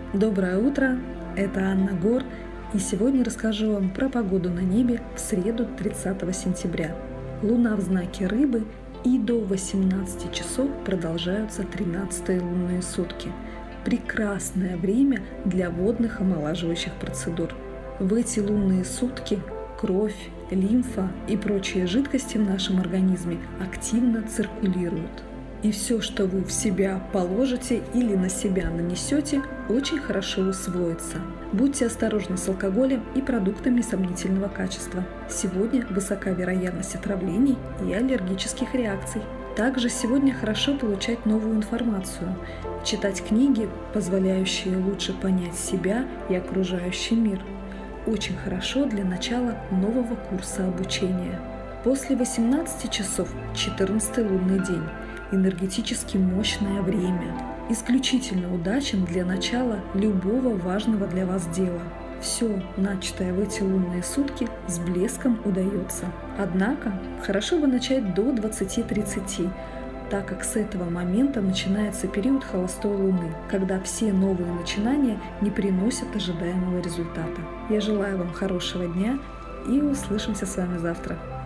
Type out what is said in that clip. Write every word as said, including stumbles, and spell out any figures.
Доброе утро, это Анна Гор, и сегодня расскажу вам про погоду на небе в среду тридцатого сентября. Луна в знаке Рыбы, и до восемнадцати часов продолжаются тринадцатые лунные сутки. Прекрасное время для водных омолаживающих процедур. В эти лунные сутки кровь, лимфа и прочие жидкости в нашем организме активно циркулируют. И все, что вы в себя положите или на себя нанесете, очень хорошо усвоится. Будьте осторожны с алкоголем и продуктами сомнительного качества. Сегодня высока вероятность отравлений и аллергических реакций. Также сегодня хорошо получать новую информацию, читать книги, позволяющие лучше понять себя и окружающий мир. Очень хорошо для начала нового курса обучения. После восемнадцати часов четырнадцатый лунный день. Энергетически мощное время, исключительно удачен для начала любого важного для вас дела. Все, начатое в эти лунные сутки, с блеском удается. Однако, хорошо бы начать до двадцати тридцати, так как с этого момента начинается период холостой луны, когда все новые начинания не приносят ожидаемого результата. Я желаю вам хорошего дня и услышимся с вами завтра.